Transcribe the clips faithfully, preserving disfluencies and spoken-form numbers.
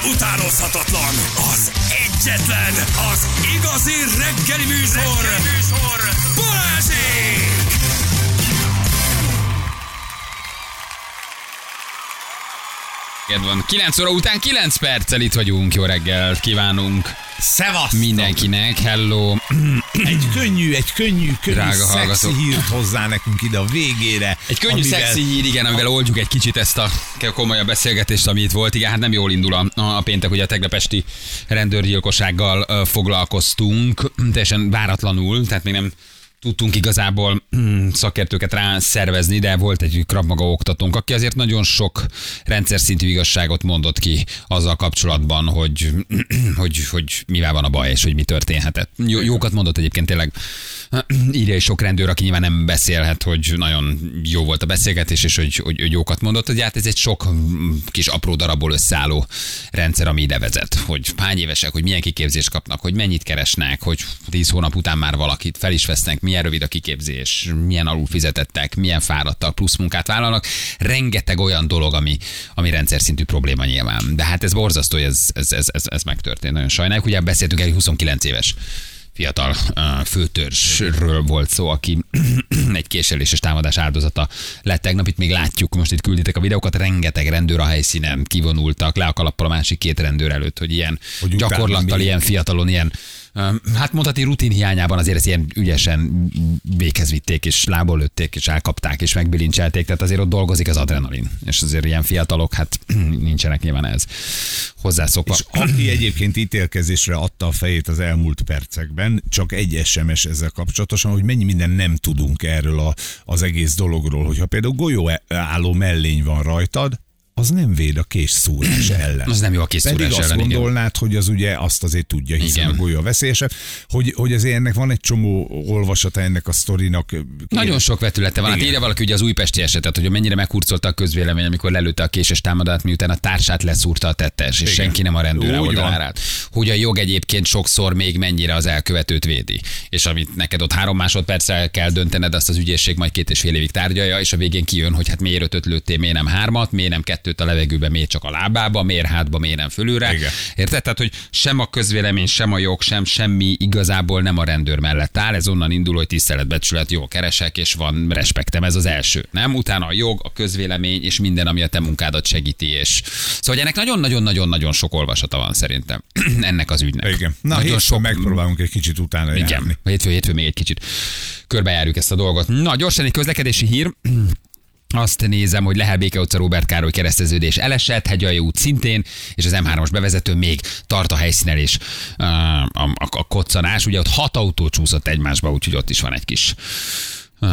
utánozhatatlan, az egyetlen, az igazi reggeli műsor, reggeli műsor. Balázsék! Van. kilenc óra után kilenc perccel itt vagyunk. Jó reggelt kívánunk. Szevasztok! Mindenkinek. Hello. Egy könnyű, egy könnyű, könnyű, Drága szexi hallgatók. hírt hozzá nekünk ide a végére. Egy könnyű, amivel... szexi hír, igen, amivel oldjuk egy kicsit ezt a komolyabb beszélgetést, ami itt volt. Igen, hát nem jól indul a, a péntek, ugye a tegnap esti rendőrgyilkossággal uh, foglalkoztunk, teljesen váratlanul, tehát még nem tudtunk igazából szakértőket rá szervezni, de volt egy Krav Maga oktatónk, aki azért nagyon sok rendszer szintű igazságot mondott ki azzal kapcsolatban, hogy, hogy, hogy mivel van a baj, és hogy mi történhetett. Jó, jókat mondott egyébként tényleg. Írja is sok rendőr, aki nyilván nem beszélhet, hogy nagyon jó volt a beszélgetés, és hogy, hogy, hogy jókat mondott, hogy hát ez egy sok kis apró darabból összeálló rendszer, ami ide vezet. Hogy hány évesek, hogy milyen kiképzést kapnak, hogy mennyit keresnek, hogy tíz hónap után már valakit fel is vesznek, milyen rövid a kiképzés, milyen alul fizetettek, milyen fáradtak, plusz munkát vállalnak. Rengeteg olyan dolog, ami, ami rendszer szintű probléma nyilván. De hát ez borzasztó, hogy ez, ez, ez, ez, ez megtörtént. Nagyon sajnáljuk. Ugye beszéltünk el, huszonkilenc éves fiatal uh, főtörzsről volt szó, aki egy késeléses támadás áldozata lett tegnap. Itt még látjuk, most itt külditek a videókat, rengeteg rendőr a helyszínen kivonultak, le a kalappal a másik két rendőr előtt, hogy ilyen hogy gyakorlattal, ilyen fiatalon, ilyen hát mondhatni rutin hiányában azért ezt ilyen ügyesen véghez vitték, és lából lőtték, és elkapták, és megbilincselték, tehát azért ott dolgozik az adrenalin. És azért ilyen fiatalok, hát nincsenek nyilván ez hozzászokva. És aki egyébként ítélkezésre adta a fejét az elmúlt percekben, csak egy es em es ezzel kapcsolatosan, hogy mennyi minden nem tudunk erről a, az egész dologról, hogyha például golyóálló mellény van rajtad, az nem véd a késszúrás ellen. Az nem jó a késszúrás ellen. Pedig azt ellen, gondolnád, igen. Hogy az ugye azt azért tudja, hiszen igen. A golyó veszélyesebb, hogy, hogy azért ennek van egy csomó olvasata ennek a sztorinak. Nagyon sok vetülete van. Hát írja valaki ugye az újpesti esetet, hogy mennyire meghurcolta a közvélemény, amikor lelőtte a késes támadát, miután a társát leszúrta a tettes, és igen. Senki nem a rendőr oldalára állt. Hogy a jog egyébként sokszor még mennyire az elkövetőt védi. És amit neked ott három másodperccel kell döntened, azt az ügyészség majd két és fél évig tárgyalja, és a végén kijön, hogy hát miért ötöt lőttél, miért nem hármat, miért nem kettőt a levegőbe, miért csak a lábába, miért hátba, miért nem fölülre. Igen. Érted? Tehát, hogy sem a közvélemény, sem a jog, sem semmi igazából nem a rendőr mellett áll. Ez onnan indul, hogy tiszteletbecsület, jól keresek, és van respektem. Ez az első. Nem? Utána a jog, a közvélemény, és minden, ami a te munkádat segíti. És... Szóval ennek nagyon-nagyon-nagyon-nagyon sok olvasata van szerintem. Ennek az ügynek. Igen. Na, nagyon sok... megpróbálunk egy kicsit utána igen. járni. Hétfő, hétfő még egy kicsit körbejárjuk ezt a dolgot. Na, gyorsan egy közlekedési hír. Azt nézem, hogy Lehel Béke utca Róbert Károly kereszteződés elesett, Hegyalja út szintén, és az em hármas bevezető még tart a helyszínen is a, a, a koccanás. Ugye ott hat autó csúszott egymásba, úgyhogy ott is van egy kis uh,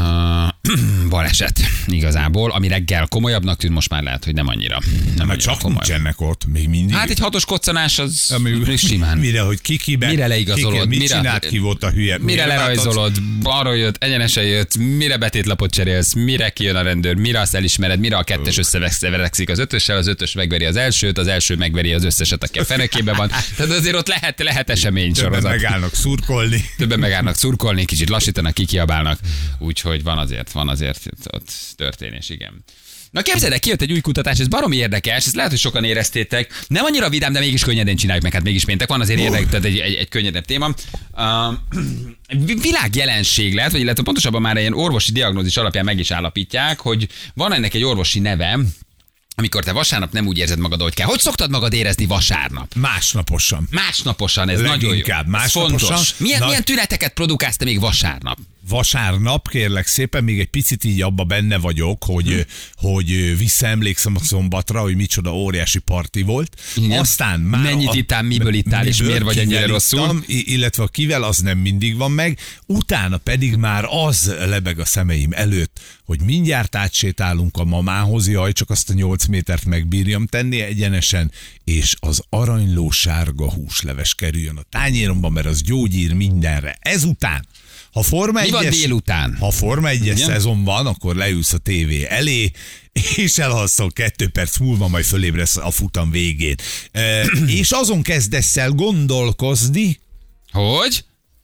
baleset igazából, ami reggel komolyabbnak tűnt, most már lehet, hogy nem annyira. Nem annyira csak komolyabb. Nincsenek ott még mindig. Hát egy hatos koccanás az ami, simán. Mire, hogy ki kiben, mire leigazolod, ki, mit mire, csinált, ki volt a hülye. Mire lerajzolod, balról jött, egyenesen jött, mire betétlapot cserélsz, mire kijön a rendőr, mire azt elismered, mire a kettes összeverekszik az ötössel, az ötös megveri az elsőt, az első megveri az összeset, aki a fenekében van. Tehát azért ott lehet, lehet esemény sorozat. Többen megállnak szurkolni. Többen megállnak szurkolni, kicsit lassítanak, kikiabálnak, úgyhogy van azért, van azért ott történés, igen. Na képzeld el, kijött egy új kutatás, ez baromi érdekes, ezt lehet, hogy sokan éreztétek. Nem annyira vidám, de mégis könnyedén csináljuk meg, hát mégis péntek van, azért érdekes, tehát egy, egy, egy könnyedebb téma. Uh, világjelenség lehet, vagy illetve pontosabban már ilyen orvosi diagnózis alapján meg is állapítják, hogy van ennek egy orvosi neve, amikor te vasárnap nem úgy érzed magad, hogy kell. Hogy szoktad magad érezni vasárnap? Másnaposan. Másnaposan, ez nagyon jó. Inkább másnaposan. Fontos. Milyen, Na, milyen tüneteket produkálsz te még vasárnap? Vasárnap, kérlek szépen, még egy picit így abba benne vagyok, hogy, hmm. hogy visszaemlékszem a szombatra, hogy micsoda óriási parti volt. Igen. Aztán már mennyit a, ittál, miből ittál, és miért vagy ennyire rosszul? Ittam, illetve kivel, az nem mindig van meg. Utána pedig már az lebeg a szemeim előtt, hogy mindjárt átsétálunk a mamához, jaj, csak azt a nyolc métert megbírjam tenni egyenesen, és az aranyló sárga húsleves kerüljön a tányéromba, mert az gyógyír mindenre. Ezután Ha Forma Mi van délután? Ha Forma egyes szezon van, akkor leülsz a tévé elé, és elalszol kettő perc múlva, majd fölébresz a futam végén. E, és azon kezdesz el gondolkozni, hogy?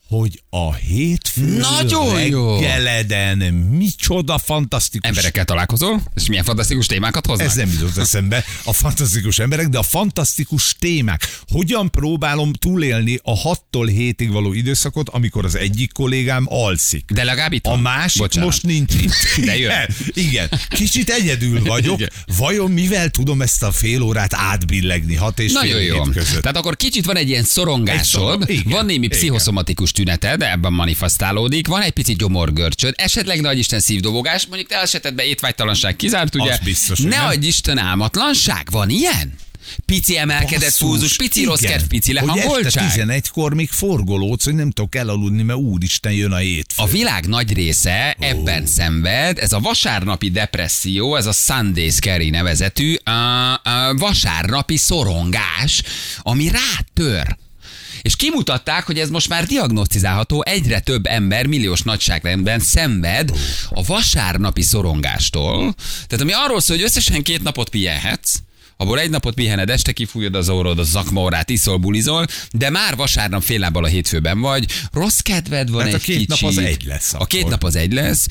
hogy a hétfő Nagyon jó. reggeleden micsoda fantasztikus... Emberekkel találkozol, és milyen fantasztikus témákat hoznak? Ez nem jutott eszembe, a fantasztikus emberek, de a fantasztikus témák. Hogyan próbálom túlélni a hattól hétig való időszakot, amikor az egyik kollégám alszik. De legalább itt A van. másik Bocsánat. most nincs itt. De jön. Igen, igen. Kicsit egyedül vagyok. Igen. Vajon mivel tudom ezt a fél órát átbillegni hat és Nagyon fél jó. hét között? Tehát akkor kicsit van egy ilyen szorongásod, Egy szorong- igen, van némi igen. pszichoszomatikus tüneted, ebben manifestálódik, van egy picit gyomorgörcsöd, esetleg ne adj Isten szívdobogás, mondjuk te esetedben étvágytalanság kizárt, ugye? Az biztos, hogy ne nem. adj Isten álmatlanság, van ilyen? Pici emelkedett Basszus, pulzus, pici rossz igen. kedv, pici Hogy este lehangoltság. tizenegykor még forgolódsz, hogy nem tudok elaludni, mert úristen jön a hétfő. A világ nagy része ebben szenved, ez a vasárnapi depresszió, ez a Sunday Scary nevezetű a, a vasárnapi szorongás, ami rátör. És kimutatták, hogy ez most már diagnosztizálható, egyre több ember milliós nagyságrendben szenved a vasárnapi szorongástól. Tehát ami arról szól, hogy összesen két napot pihenhetsz, abból egy napot pihened, este kifújod az orrod, a zakmaorát, iszol, bulizol, de már vasárnap fél lábbal a hétfőben vagy, rossz kedved van Hát a egy két kicsit. nap az egy lesz A akkor. két nap az egy lesz.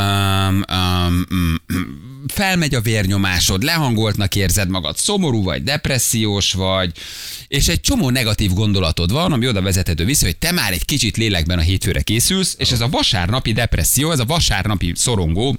Um, um, um, felmegy a vérnyomásod, lehangoltnak érzed magad, szomorú vagy, depressziós vagy, és egy csomó negatív gondolatod van, ami oda vezethető vissza, hogy te már egy kicsit lélekben a hétfőre készülsz, és ez a vasárnapi depresszió, ez a vasárnapi szorongó,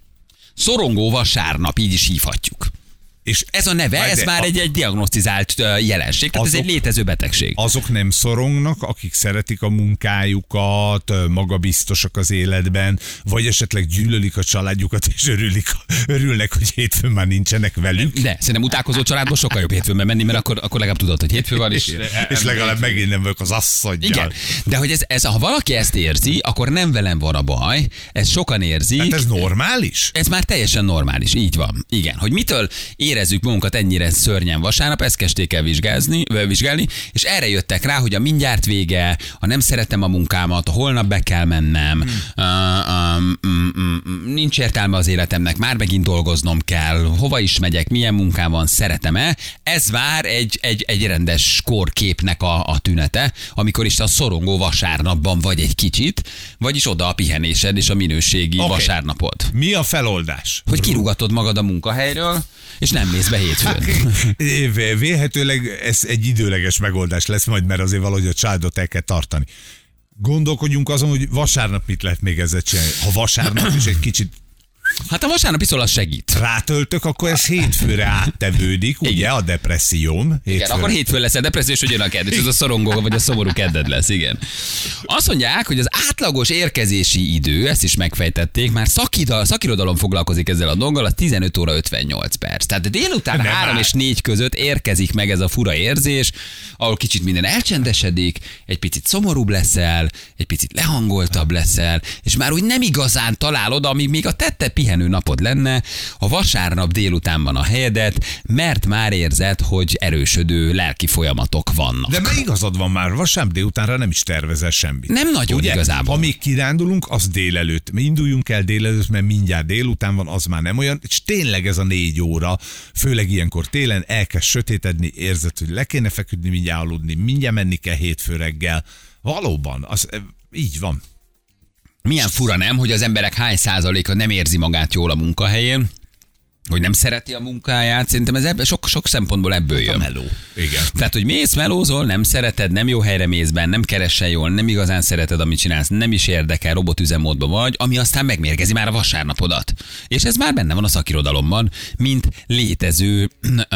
szorongó vasárnap, így is hívhatjuk. És Ez a neve, ez de már a- egy, egy diagnosztizált ö, jelenség, tehát ez Azok- egy létező betegség. azok nem szorongnak, akik szeretik a munkájukat, magabiztosak az életben, vagy esetleg gyűlölik a családjukat, és örülik, örülnek, hogy hétfőn már nincsenek velük. De szerintem utálkozó családból sokkal jobb hétfőn menni, mert akkor, akkor legalább tudod, hogy hétfő van, és, És legalább megint nem vagyok az asszonyjal. igen, de hogy ez, ez, ha valaki ezt érzi, akkor nem velem van a baj, ezt sokan érzik. Hát ez normális? Ez már teljesen normális, így van. Igen, hogy mitől érezzük magunkat ennyire szörnyen vasárnap, ezt kezdték el vizsgázni, ö, vizsgálni, és erre jöttek rá, hogy a mindjárt vége, a nem szeretem a munkámat, a holnap be kell mennem, hmm. uh, um, um, um, nincs értelme az életemnek, már megint dolgoznom kell, hova is megyek, milyen munkám van, szeretem-e, ez már egy, egy, egy rendes kórképnek a, a tünete, amikor is a szorongó vasárnapban vagy egy kicsit, vagyis oda a pihenésed és a minőségi Oké. vasárnapod. Mi a feloldás? Hogy kirúgatod magad a munkahelyről, és nem mész be hétfőn. Vé- Vélhetőleg ez egy időleges megoldás lesz majd, mert azért valahogy a családot el kell tartani. Gondolkodjunk azon, hogy vasárnap mit lehet még ezzel csinálni. Ha vasárnap is egy kicsit Hát a vasárnapi szól az segít. rátöltök, akkor ez hétfőre áttevődik, ugye a depresszióm. Igen, Hétfőre. akkor hétfőn lesz a depressziós, hogy jön a kedv, és ez a szorongó vagy a szomorú kedded lesz, igen. Azt mondják, hogy az átlagos érkezési idő, ezt is megfejtették, már szakida, szakirodalom foglalkozik ezzel a dolggal, az tizenöt óra ötvennyolc perc. Tehát délután Nem három áll. és négy között érkezik meg ez a fura érzés, ahol kicsit minden elcsendesedik, egy picit szomorúbb leszel, egy picit lehangoltabb leszel, és már úgy nem igazán találod, ami még a tette pihenő napod lenne, a vasárnap délután van a helyedet, mert már érzed, hogy erősödő lelki folyamatok vannak. De már igazad van már, vasárnap délutánra nem is tervezel semmit. Nem nagyon Ugye? igazából. Ha még kirándulunk, az délelőtt. Mi induljunk el délelőtt, mert mindjárt délután van, az már nem olyan. És tényleg ez a négy óra, főleg ilyenkor télen, elkezd sötétedni, érzed, hogy le kéne feküdni, mindjárt aludni, mindjárt menni kell hétfő reggel. Valóban, az eh, így van. Milyen fura nem, hogy az emberek hány százaléka nem érzi magát jól a munkahelyén, hogy nem szereti a munkáját, szerintem ez ebben, sok, sok szempontból ebből A jön. meló. Igen. Tehát, hogy mész, melózol, nem szereted, nem jó helyre mész be, nem keresel jól, nem igazán szereted, amit csinálsz, nem is érdekel, robotüzemmódban vagy, ami aztán megmérgezi már a vasárnapodat. És ez már benne van a szakirodalomban, mint létező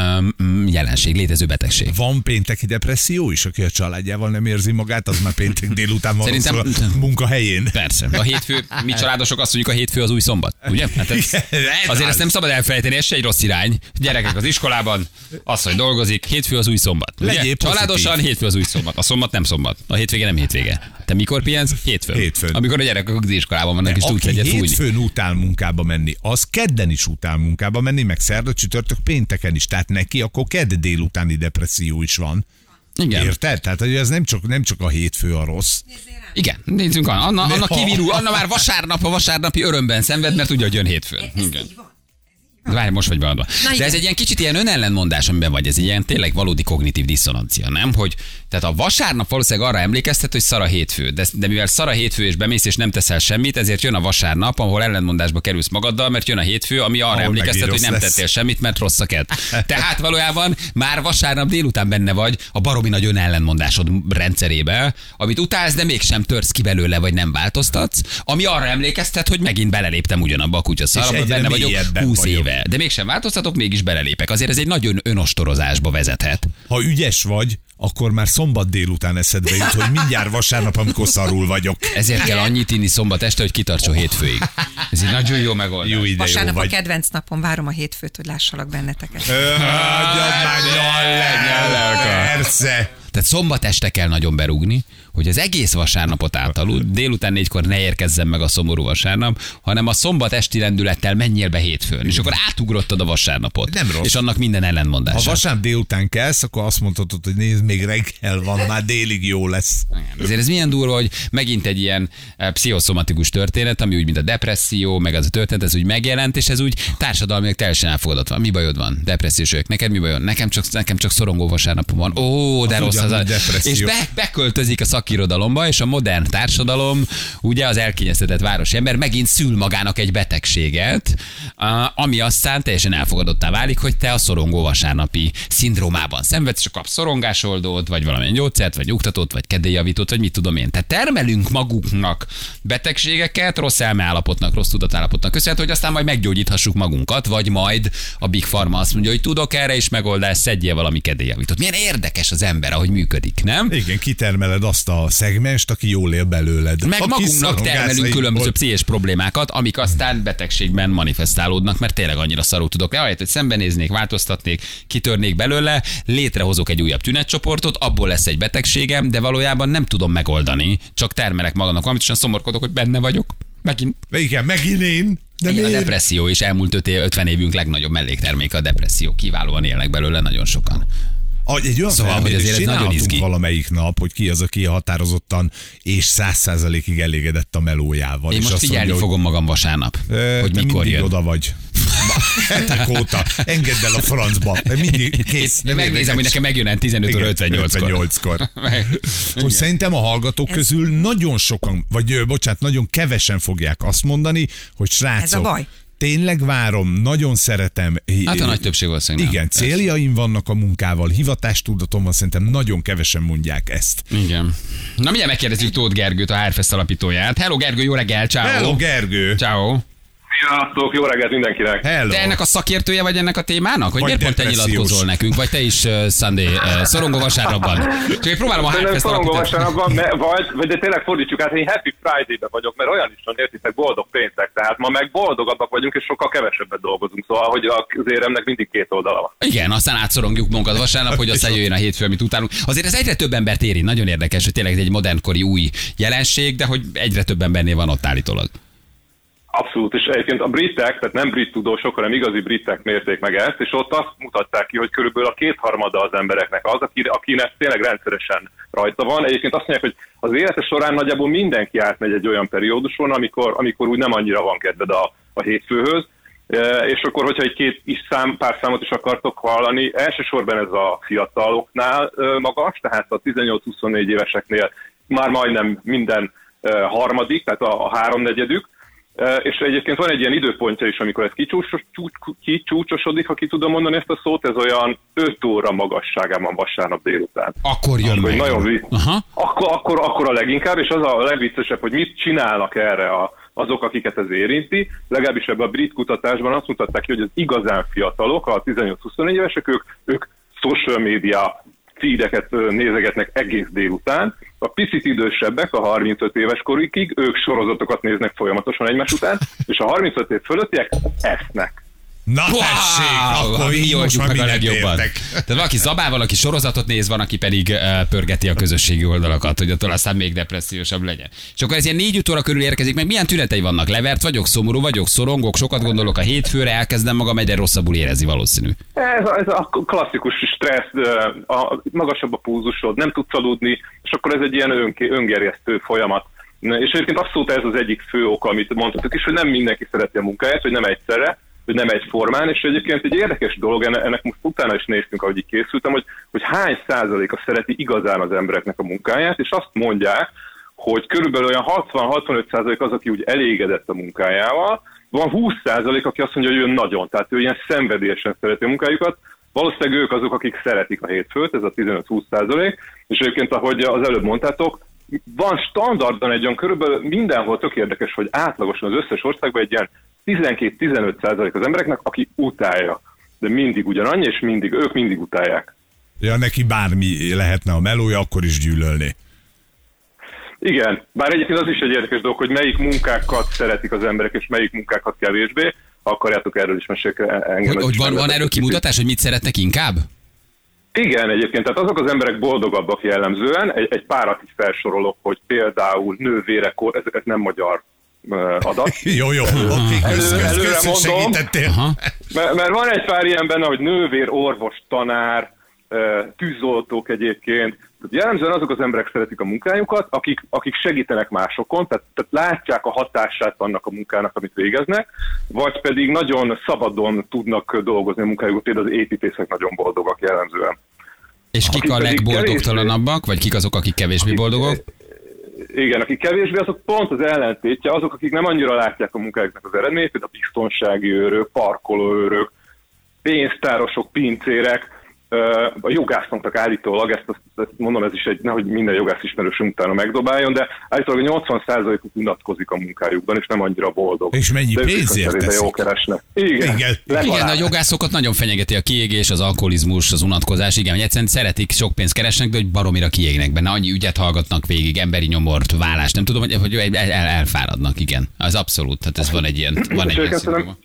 um, jelenség, létező betegség. Van pénteki depresszió is, aki a családjával nem érzi magát, az már péntek délután van Szerintem- Szerintem... a munkahelyén. Persze. A hétfő, mi családosok azt mondjuk, a hétfő az új szombat. Ugye? Hát ez, Igen, ez azért az. ezt nem szabad elfelejteni, ez se egy rossz irány. Gyerekek az iskolában, azt, hogy dolgozik, hétfő az új szombat. Ugye? Legyél pozitív. Családosan hétfő az új szombat. A szombat nem szombat. A hétvége nem hétvége. Te mikor pihensz? Hétfőn. Hétfőn. Amikor a gyerekek az iskolában vannak, és tudsz Aki egyet fújni. hétfőn után munkába menni, az kedden is után munkába menni, meg szerda, csütörtök, pénteken is. Tehát neki akkor kedd délutáni depresszió is van. Igen. Érted? Tehát hogy ez nem csak, nem csak a hétfő a rossz. Igen, nézzünk, Anna, Anna ha- kivirul, Anna már vasárnap, a vasárnapi örömben szenved, mert tudja, hogy jön hétfőn. Ez Igen. így van. Várj, most vagy beadva. De ez egy ilyen kicsit ilyen önellenmondás, amiben vagy. Ez egy ilyen tényleg valódi kognitív diszonancia, nem? Hogy tehát a vasárnap valószínűleg arra emlékeztet, hogy szar a hétfő. De, de mivel szar a hétfő és bemész és nem teszel semmit, ezért jön a vasárnap, ahol ellentmondásba kerülsz magaddal, mert jön a hétfő, ami arra ahol emlékeztet, hogy nem lesz. Tettél semmit, mert rossz a kedd. Tehát valójában már vasárnap délután benne vagy a baromi nagy önellenmondásod rendszerébe, amit utálsz, de mégsem törsz ki belőle, vagy nem változtatsz, ami arra emlékeztet, hogy megint beleléptem ugyanabba a kutyaszarabba, benne vagyok húsz éve. De mégsem változtatok, mégis belelépek. Azért ez egy nagyon önostorozásba vezethet. Ha ügyes vagy, akkor már szombat délután eszedbe jut, hogy mindjárt vasárnap, amikor szarul vagyok. Ezért kell annyit inni szombat este, hogy kitartson oh. hétfőig. Ez egy nagyon jó megoldás. Jó ide, vasárnap jó a kedvenc napom, várom a hétfőt, hogy lássalak benneteket. Persze. Tehát szombat este kell nagyon berúgni, hogy az egész vasárnapot átalud, délután négykor ne érkezzen meg a szomorú vasárnap, hanem a szombat esti lendülettel menjél be hétfőn, és akkor átugrottad a vasárnapot. Nem rossz. És annak minden ellentmondása. Ha vasárnap délután kelsz, akkor azt mondhatod, hogy nézd, még reggel van, már délig jó lesz. Azért ez milyen durva, hogy megint egy ilyen pszichoszomatikus történet, ami úgy, mint a depresszió, meg az a történet, ez úgy megjelent, és ez úgy társadalmilag teljesen elfogadott van. Mi bajod van? Depressziós vagyok. Neked mi bajod? Nekem csak, nekem csak szorongó vasárnapom van. Ó, de rossz az a... És be, beköltözik a szakirodalomba, és a modern társadalom, ugye az elkényeztetett városi ember megint szül magának egy betegséget, ami aztán teljesen elfogadottá válik, hogy te a szorongó vasárnapi szindrómában szenvedsz, és kapsz szorongásoldót, vagy valamilyen gyógyszert, vagy nyugtatót, vagy kedélyjavítót, vagy mit tudom én. Tehát termelünk magunknak betegségeket, rossz elmeállapotnak, rossz tudatállapotnak köszönhető, hogy aztán majd meggyógyíthassuk magunkat, vagy majd a Big Pharma azt mondja, hogy tudok erre is megoldást, szedjél valami kedélyjavítót. Milyen érdekes az ember, ahogy működik, nem? Igen, kitermeled azt a szegmest, aki jól él belőled. Meg magunknak termelünk különböző pszichés problémákat, amik aztán betegségben manifestálódnak, mert tényleg annyira szarul tudok. Ahelyett, hogy szembenéznék, változtatnék, kitörnék belőle, létrehozok egy újabb tünetcsoportot, abból lesz egy betegségem, de valójában nem tudom megoldani, csak termelek magamnak valamit, és szomorkodok, hogy benne vagyok. Megint. Igen, megint én. De a depresszió is elmúlt ötven évünk legnagyobb mellékterméke a depresszió. Kiválóan élnek belőle nagyon sokan. Egy olyan szóval, hogy azért csinálhatunk valamelyik nap, hogy ki az, aki határozottan és száz százalékig elégedett a melójával. Én és most figyelni mondja, fogom magam vasárnap, ö, hogy mikor jön. Oda vagy. Hetek óta. Engedd el a francba. Mindig kész. Nem megnézem, hogy nekem megjön tizenöt óra ötvennyolckor. Hogy szerintem a hallgatók Ez... közül nagyon sokan, vagy bocsánat, nagyon kevesen fogják azt mondani, hogy srácok, Ez a baj. Tényleg várom, nagyon szeretem. Hát a nagy többség valószínűleg. Igen, nem. céljaim vannak a munkával, hivatástudatom van, szerintem nagyon kevesen mondják ezt. Igen. Na mindjárt megkérdezzük Tóth Gergőt, a há er Fest alapítóját. Hello Gergő, jó reggel, ciao. Hello Gergő. Ciao. Sziasztok, jó reggelt mindenkinek! Hello. Te ennek a szakértője vagy ennek a témának? Hogy miért pont te nyilatkozol nekünk? Vagy te is uh, Sunday, uh, szorongó vasárnapban? Csak én próbálom a há er Fest szorongó vasárnapban, vagy, de tényleg fordítsuk át, én Happy Friday-ben vagyok, mert olyan is van, értitek, boldog péntek. Tehát ma meg boldogabbak vagyunk, és sokkal kevesebbet dolgozunk. Szóval, hogy az éremnek mindig két oldala van. Igen, aztán átszorongjuk magunkat vasárnap, hogy aztán jöjjön a hétfő, amit utálunk. Azért ez egyre több embert érint. Nagyon érdekes, hogy tényleg ez egy modernkori új jelenség, de hogy egyre több embernél van ott állítólag. Abszolút, és egyébként a britek, tehát nem brit tudósok, hanem igazi britek mérték meg ezt, és ott azt mutatták ki, hogy körülbelül a kétharmada az embereknek az, akinek tényleg rendszeresen rajta van. Egyébként azt mondják, hogy az élete során nagyjából mindenki átmegy egy olyan perióduson, amikor, amikor úgy nem annyira van kedved a, a hétfőhöz, és akkor, hogyha egy két is szám, pár számot is akartok hallani, elsősorban ez a fiataloknál magas, tehát a tizennyolc-huszonnégy éveseknél már majdnem minden harmadik, tehát a, a háromnegyedük. És egyébként van egy ilyen időpontja is, amikor ez kicsúcsos, kicsúcsosodik, ha ki tudom mondani ezt a szót, ez olyan öt óra magasságában vasárnap délután. Akkor jön meg. Nagyon akkor, akkor, akkor a leginkább, és az a legviccesebb, hogy mit csinálnak erre a, azok, akiket ez érinti. Legalábbis ebben a brit kutatásban azt mutatták ki, hogy az igazán fiatalok, a tizennyolc-huszonnégy évesek, ők, ők social media feedeket nézegetnek egész délután. A picit idősebbek, a harmincöt éves korikig, ők sorozatokat néznek folyamatosan egymás után, és a harmincöt év fölöttiek esznek. Na tessék, wow, akkor így most meg a legjobban. Tehát valaki zabál, valaki sorozatot néz, van, aki pedig uh, pörgeti a közösségi oldalakat, hogy attól aztán még depressziósabb legyen. És akkor ez ilyen négy óra körül érkezik, meg milyen tünetei vannak? Levert vagyok, szomorú vagyok, szorongok, sokat gondolok a hétfőre, elkezdem magam egyre rosszabbul érezni valószínű. Ez a, ez a klasszikus stressz, a magasabb a pulzusod, nem tudsz aludni, és akkor ez egy ilyen önké, öngerjesztő folyamat. És egyébként abszolút ez az egyik fő oka, amit mondhatok is, hogy nem mindenki szereti a munkáját, hogy nem egyszerre. hogy nem egyformán, és egyébként egy érdekes dolog, ennek most utána is néztünk, ahogy így készültem, hogy, hogy hány százaléka szereti igazán az embereknek a munkáját, és azt mondják, hogy körülbelül olyan hatvan-hatvanöt százalék az, aki úgy elégedett a munkájával, van húsz százalék, aki azt mondja, hogy ő nagyon, tehát ő ilyen szenvedélyesen szereti a munkájukat, valószínűleg ők azok, akik szeretik a hétfőt, ez a tizenöt-húsz százalék, és egyébként, ahogy az előbb mondtátok, van standardban egy olyan körülbelül mindenhol tök érdekes, hogy átlagosan az összes országban egy ilyen tizenkét-tizenöt százalék az embereknek, aki utálja. De mindig ugyanannyi, és mindig, ők mindig utálják. Ja, neki bármi lehetne a melója, akkor is gyűlölni. Igen, bár egyébként az is egy érdekes dolog, hogy melyik munkákat szeretik az emberek, és melyik munkákat kevésbé. Ha akarjátok, erről is mesélek engem. Hogy, hogy van, van erről kimutatás, hogy mit szeretnek inkább? Igen, egyébként, tehát azok az emberek boldogabbak jellemzően, egy, egy párat is felsorolok, hogy például nővérekor, ez, ez nem magyar adat. jó, jó, oké, előre mondom, mert, mert van egy pár ilyen benne, hogy nővér, orvos, tanár, tűzoltók egyébként. Jellemzően azok az emberek szeretik a munkájukat, akik, akik segítenek másokon, tehát, tehát látják a hatását annak a munkának, amit végeznek, vagy pedig nagyon szabadon tudnak dolgozni a munkájukat, például az építészek nagyon boldogak jellemzően. És kik akik a legboldogtalanabbak, vagy kik azok, akik kevésbé boldogok? Igen, akik kevésbé, azok pont az ellentétje, azok, akik nem annyira látják a munkájuknak az eredményét, például a biztonsági őrök, parkolóőrök, pénztárosok, pincérek, a jogászoknak állítólag, ezt, ezt mondom, ez is egy, nehogy minden jogász ismerősünk utána megdobáljon, de állítólag a nyolcvan százalékuk unatkozik a munkájukban, és nem annyira boldog. És mennyi pénzért teszik? Jó keresnek. Igen, igen. igen, a jogászokat nagyon fenyegeti a kiégés, az alkoholizmus, az unatkozás, igen, hogy egyszerűen szeretik, sok pénzt keresnek, de hogy baromira kiégnek benne, annyi ügyet hallgatnak végig, emberi nyomort, vállást, nem tudom, hogy, hogy el, el, elfáradnak, igen. Az abszolút, tehát ez van egy ilyen, van egy ilyen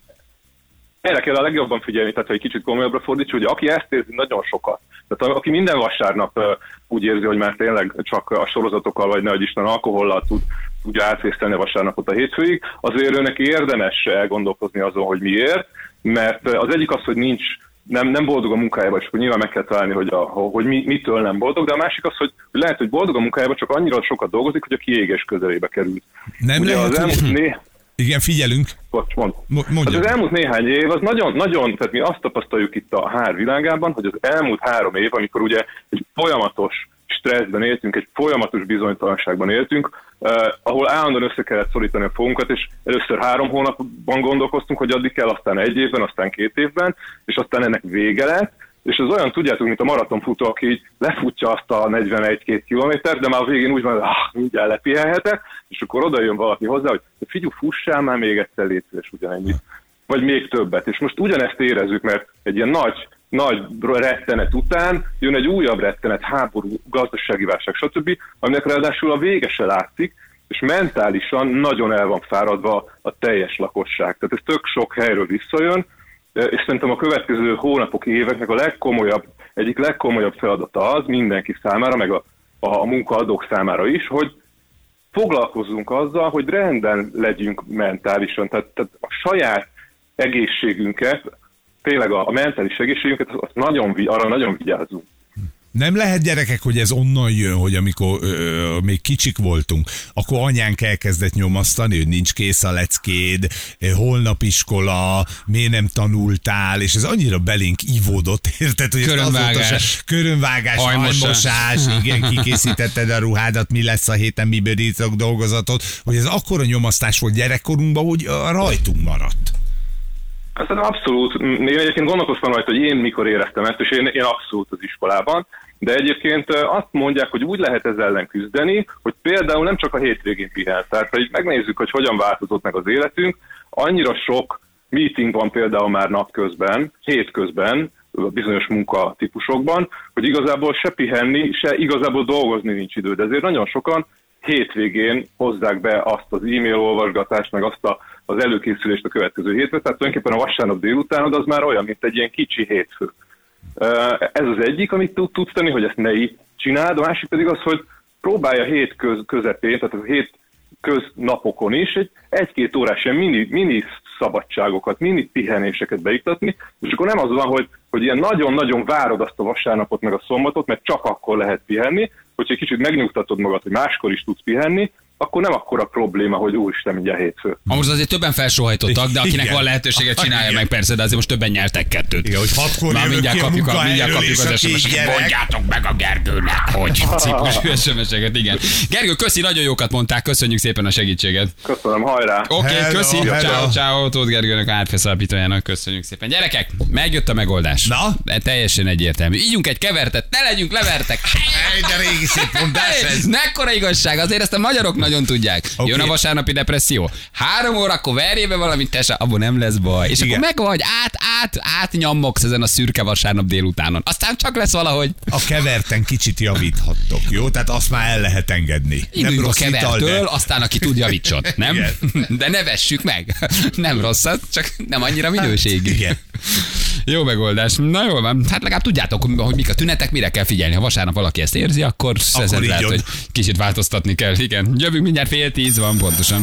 erre kell a legjobban figyelni, tehát ha egy kicsit komolyabbra fordítsuk, hogy aki ezt érzi nagyon sokat, tehát aki minden vasárnap uh, úgy érzi, hogy már tényleg csak a sorozatokkal, vagy nehogy Isten alkohollal tud, tudja átvésztelni a vasárnapot a hétfőig, azért őnek érdemes elgondolkozni azon, hogy miért, mert az egyik az, hogy nincs, nem, nem boldog a munkájában, és akkor nyilván meg kell találni, hogy, a, hogy mi, mitől nem boldog, de a másik az, hogy lehet, hogy boldog a munkájában, csak annyira sokat dolgozik, hogy a kiégés közelébe került. Nem ugye lehet, az elmúlt né... Igen, figyelünk. Bocs, mond. Hát az elmúlt néhány év az nagyon, nagyon, tehát mi azt tapasztaljuk itt a hár világában, hogy az elmúlt három év, amikor ugye egy folyamatos stresszben éltünk, egy folyamatos bizonytalanságban éltünk, eh, ahol állandóan össze kellett szorítani a fogunkat, és először három hónapban gondolkoztunk, hogy addig kell, aztán egy évben, aztán két évben, és aztán ennek vége lett, és az olyan, tudjátok, mint a maratonfutó, aki így lefutja azt a negyvenegy-két kilométert, de már a végén úgy van, hogy ah, mindjárt lepihelhetek, és akkor oda jön valaki hozzá, hogy figyelj, fussál már még egyszer, légy szíves ugyanennyit, vagy még többet. És most ugyanezt érezzük, mert egy ilyen nagy, nagy rettenet után jön egy újabb rettenet, háború, gazdasági válság, stb., aminek ráadásul a vége se látszik, és mentálisan nagyon el van fáradva a teljes lakosság. Tehát ez tök sok helyről visszajön, és szerintem a következő hónapok, éveknek a legkomolyabb, egyik legkomolyabb feladata az mindenki számára, meg a, a munkaadók számára is, hogy foglalkozzunk azzal, hogy rendben legyünk mentálisan, tehát, tehát a saját egészségünket, tényleg a, a mentális egészségünket, azt nagyon, arra nagyon vigyázzunk. Nem lehet, gyerekek, hogy ez onnan jön, hogy amikor ö, még kicsik voltunk, akkor anyánk elkezdett nyomasztani, hogy nincs kész a leckéd, holnap iskola, miért nem tanultál, és ez annyira belénk ivódott, érted? Hogy körönvágás, körönvágás, hajmosás, igen, kikészítetted a ruhádat, mi lesz a héten, miből írtok dolgozatot, hogy ez akkora nyomasztás volt gyerekkorunkban, hogy rajtunk maradt. Aztán abszolút, én egyébként gondolkoztam rajta, hogy én mikor éreztem ezt, és én, én abszolút az iskolában, de egyébként azt mondják, hogy úgy lehet ezzel ellen küzdeni, hogy például nem csak a hétvégén pihensz. Tehát, hogy megnézzük, hogy hogyan változott meg az életünk, annyira sok meeting van például már napközben, hétközben, bizonyos munkatípusokban, hogy igazából se pihenni, se igazából dolgozni nincs idő, de ezért nagyon sokan hétvégén hozzák be azt az e-mail olvasgatást, meg azt a, az előkészülést a következő hétre, tehát tulajdonképpen a vasárnap délutánod az már olyan, mint egy ilyen kicsi hétfő. Ez az egyik, amit tudsz tenni, hogy ezt ne így csináld, a másik pedig az, hogy próbálja hét köz, közepén, tehát a hét köznapokon is egy egy-két órás ilyen mini, mini szabadságokat, mini pihenéseket beiktatni, és akkor nem az van, hogy, hogy ilyen nagyon-nagyon várod azt a vasárnapot meg a szombatot, mert csak akkor lehet pihenni, hogyha egy kicsit megnyugtatod magad, hogy máskor is tudsz pihenni, akkor nem akkora probléma, hogy úristen, mindjárt hétfő. Most azért többen felsóhajtottak, de akinek Igen. van lehetősége, csinálja Igen. meg persze, de azért most többen nyertek kettőt. Igen, hogy hatkor Már jövök mindjárt ki a kapjuk, a, mindjárt munkahelyről, kapjuk és az a es em két eseket. gyerek. Mondjátok meg a Gergőnek, hogy ciklusú es em eseket, igen. Gergő, köszi, nagyon jókat mondták, köszönjük szépen a segítséget. Köszönöm, hajrá! Oké, okay, Hello, köszi, hello. ciao, ciao, Tóth Gergőnek, Árfesz alapítójának, köszönjük szépen. Gyerekek, megjött a megoldás. Na? De teljesen egyértelmű. Ígyunk egy kevertet, ne legyünk levertek. Ej, de régi szép mondás ez. Mekkora igazság, azért ezt a magyarok nagyon tudják. Oké. Jön a vasárnapi depresszió. Három órakor verjél be valamit, te se, abból nem lesz baj. És Igen. akkor megvagy, át, át, átnyammogsz ezen a szürke vasárnap délutánon. Aztán csak lesz valahogy. A keverten kicsit javíthattok, jó? Tehát azt már el lehet engedni. Induljunk a rossz ital, kevertől, de- aztán aki tud javítson, nem? Igen. De ne vessük meg. Nem rosszat, csak nem annyira minőségi. Igen. Jó megoldás. Na jól van. Hát legalább tudjátok, hogy mik a tünetek, mire kell figyelni. Ha vasárnap valaki ezt érzi, akkor, akkor ezen így lehet, jobb. hogy kicsit változtatni kell. Igen. Jövünk mindjárt fél tíz van pontosan.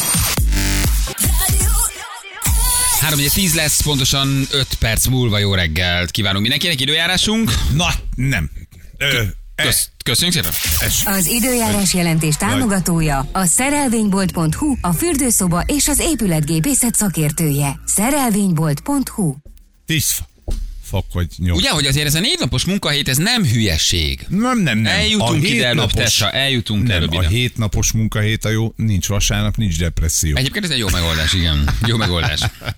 három tíz lesz, pontosan öt perc múlva jó reggelt kívánunk mindenkinek. Időjárásunk. Na, nem. Ö, Kösz, köszönjük szépen. Az időjárás jelentés támogatója a szerelvénybolt pont hu, a fürdőszoba és az épületgépészet szakértője. szerelvénybolt pont hu. tíz fok vagy nyolc. Ugye, hogy azért ez a négy napos munkahét, ez nem hülyeség. Nem, nem, nem. Eljutunk A ide előbb, hétnapos- Tessa, eljutunk nem, előbb a ide. hétnapos munkahét a jó, nincs vasárnap, nincs depresszió. Egyébként ez egy jó megoldás, igen. Jó megoldás.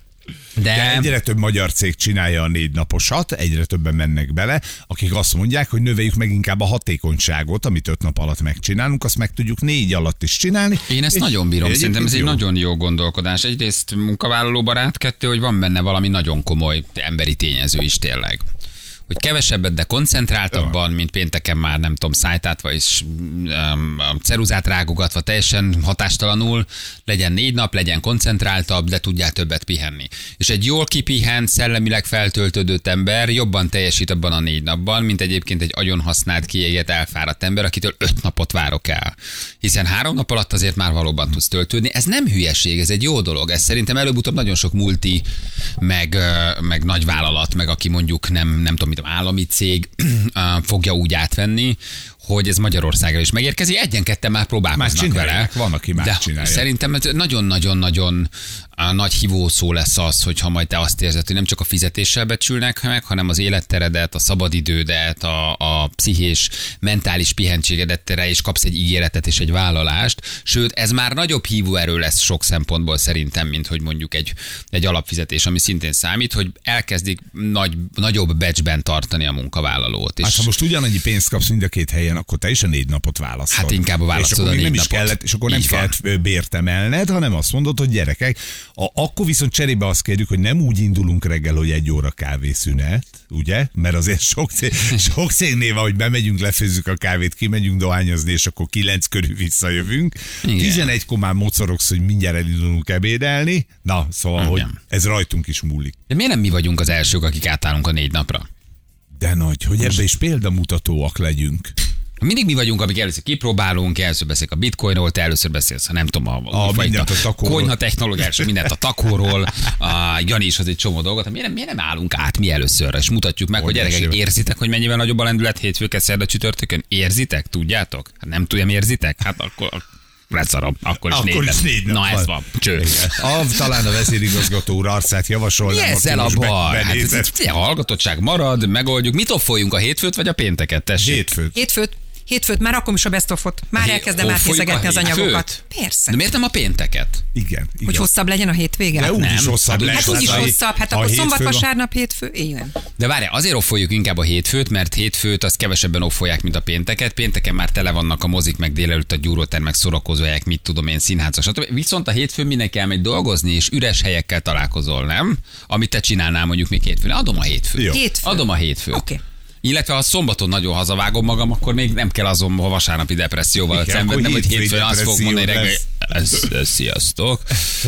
De De egyre több magyar cég csinálja a négy naposat, egyre többen mennek bele, akik azt mondják, hogy növeljük meg inkább a hatékonyságot, amit öt nap alatt megcsinálunk, azt meg tudjuk négy alatt is csinálni. én ezt És nagyon bírom, egyébként szerintem ez egy jó. nagyon jó gondolkodás. Egyrészt munkavállaló barát, kettő, hogy van benne valami nagyon komoly emberi tényező is tényleg. Hogy kevesebbet, de koncentráltabban, mint pénteken már nem tudom, szájtátva és um, a ceruzát rágogatva teljesen hatástalanul, legyen négy nap, legyen koncentráltabb, de tudjál többet pihenni. És egy jól kipihent, szellemileg feltöltődött ember jobban teljesít abban a négy napban, mint egyébként egy agyon használt, kiégett, elfáradt ember, akitől öt napot várok el. Hiszen három nap alatt azért már valóban tudsz töltődni. Ez nem hülyeség, ez egy jó dolog. Ez szerintem előbb-utóbb nagyon sok multi, meg, ö, meg nagy vállalat, meg aki mondjuk nem, nem tudom, mit állami cég fogja úgy átvenni, hogy ez Magyarországra is megérkezik. Egyen-ketten már próbálkoznak Már vele. van, aki már de csinálja. Szerintem ez nagyon-nagyon-nagyon a nagy hívószó lesz az, hogyha majd te azt érzed, hogy nem csak a fizetéssel becsülnek meg, hanem az életteredet, a szabadidődet, a, a pszichés, mentális pihentségedet rá is kapsz egy ígéretet és egy vállalást. Sőt, ez már nagyobb hívóerő lesz sok szempontból szerintem, mint hogy mondjuk egy, egy alapfizetés, ami szintén számít, hogy elkezdik nagy, nagyobb becsben tartani a munkavállalót. És Hát ha most ugyanannyi pénzt kapsz mind a két helyen, akkor te is a négy napot választod. Hát inkább a választod és akkor a még nem négy is napot. kellett, és akkor nem Így van. kellett bért emelned, hanem azt mondod, hogy gyerekek, a, akkor viszont cserébe azt kérjük, hogy nem úgy indulunk reggel, hogy egy óra kávészünet, ugye? Mert azért sok, cég, sok cégnél van, hogy bemegyünk, lefőzzük a kávét, kimegyünk dohányozni, és akkor kilenc körül visszajövünk. Igen. tizenegykor már mocorogsz, hogy mindjárt elindulunk ebédelni. Na, szóval, Igen. hogy ez rajtunk is múlik. De miért nem mi vagyunk az elsők, akik átállunk a négy napra? De nagy, hogy ebbe is példamutatóak legyünk. Mindig mi vagyunk, akik először kipróbálunk, először beszélek a bitcoinról, te először beszélsz, ha nem tudom, a, A, mindent a takóról. konyha technológiásról, mindent a takóról, a Jani is az egy csomó dolgot. Miért nem, miért nem állunk át mi először, és mutatjuk meg, hogy Óriási gyerekek, vagy. érzitek, hogy mennyivel nagyobb a lendület hétfőket, szerda, csütörtökön? Érzitek? Tudjátok? Hát nem tudjam, érzitek? Hát akkor leszarom, akkor is, Akkor négy, is nap. négy nap Na van. ez van, cső. A, talán a vezérigazgató úr arcát javasolnám. Mi aki ezzel a most be- baj? Hát ez, benézett. ez, hallgatottság marad, megoldjuk. Mit offoljunk, a hétfőt vagy a pénteket? Tessék. Hétfőt. Hétfőt, hétfőt, már akkor is a best of-ot. Már Hé- elkezdem offoljuk átnézegetni a az hétfőt? anyagokat. Persze. De miért nem a pénteket? Igen, igen. Hogy hosszabb legyen a hétvége? De úgy Nem. is hosszabb Hát lesz. Hát úgy is a- hosszabb, hát a akkor szombat, hétfő van. vasárnap, hétfő, igen. De várj, azért offoljuk inkább a hétfőt, mert hétfőt azt kevesebben offolják, mint a pénteket. Pénteken már tele vannak a mozik, meg délelőtt a gyúrótermek, szórakozóhelyek, mit tudom én, színházak, stb. Viszont a hétfőn mindenki elmegy dolgozni, és üres helyekkel találkozol, nem? Amit te csinálnál mondjuk még hétfőn. Adom a hétfőt. Jó. Hétfő. Adom a hétfőt. Oké. Illetve ha szombaton nagyon hazavágom magam, akkor még nem kell azon a vasárnapi depresszióval Igen, szenvednem, akkor hogy hétfői hétfőn azt fog mondani depresszió reggel. Ez, ez, sziasztok.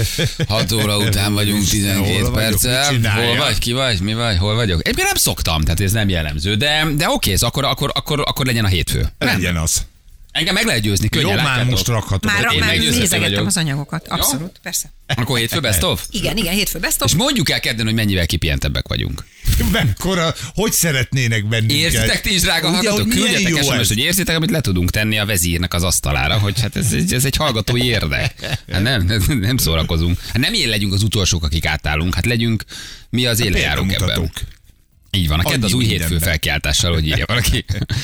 hat óra után vagyunk Hol tizenkét vagyok, perccel. mit csinálja? Hol vagy, ki vagy, mi vagy, hol vagyok? Egyébként nem szoktam, tehát ez nem jellemző, de, de oké, ez akkor, akkor, akkor, akkor legyen a hétfő. Legyen az. Engem meg lehet győzni, könnyen Jó, már látjátok. most rakhatod. Már, Én már meggyőzhető nézegettem vagyok. az anyagokat. Abszolút, persze. Akkor hétfő best of? Igen, igen, hétfő best of. És mondjuk el kedden, hogy mennyivel kipihentebbek vagyunk. Mekkora, hogy szeretnének bennünket? Érzitek ti is, drága Ugye, hallgatók? hogy milyen Küldjetek jó es em es, ez. hogy érzitek, amit le tudunk tenni a vezírnek az asztalára, hogy hát ez, egy- ez egy hallgatói érdek. Hát nem, nem szórakozunk. Hát nem én legyünk az utolsók, akik átállunk, hát legyünk mi az éle járunk ebben. Példamutatók. Így van, a kedd Annyi az új hétfő mindenben. felkiáltással, hogy írja valaki.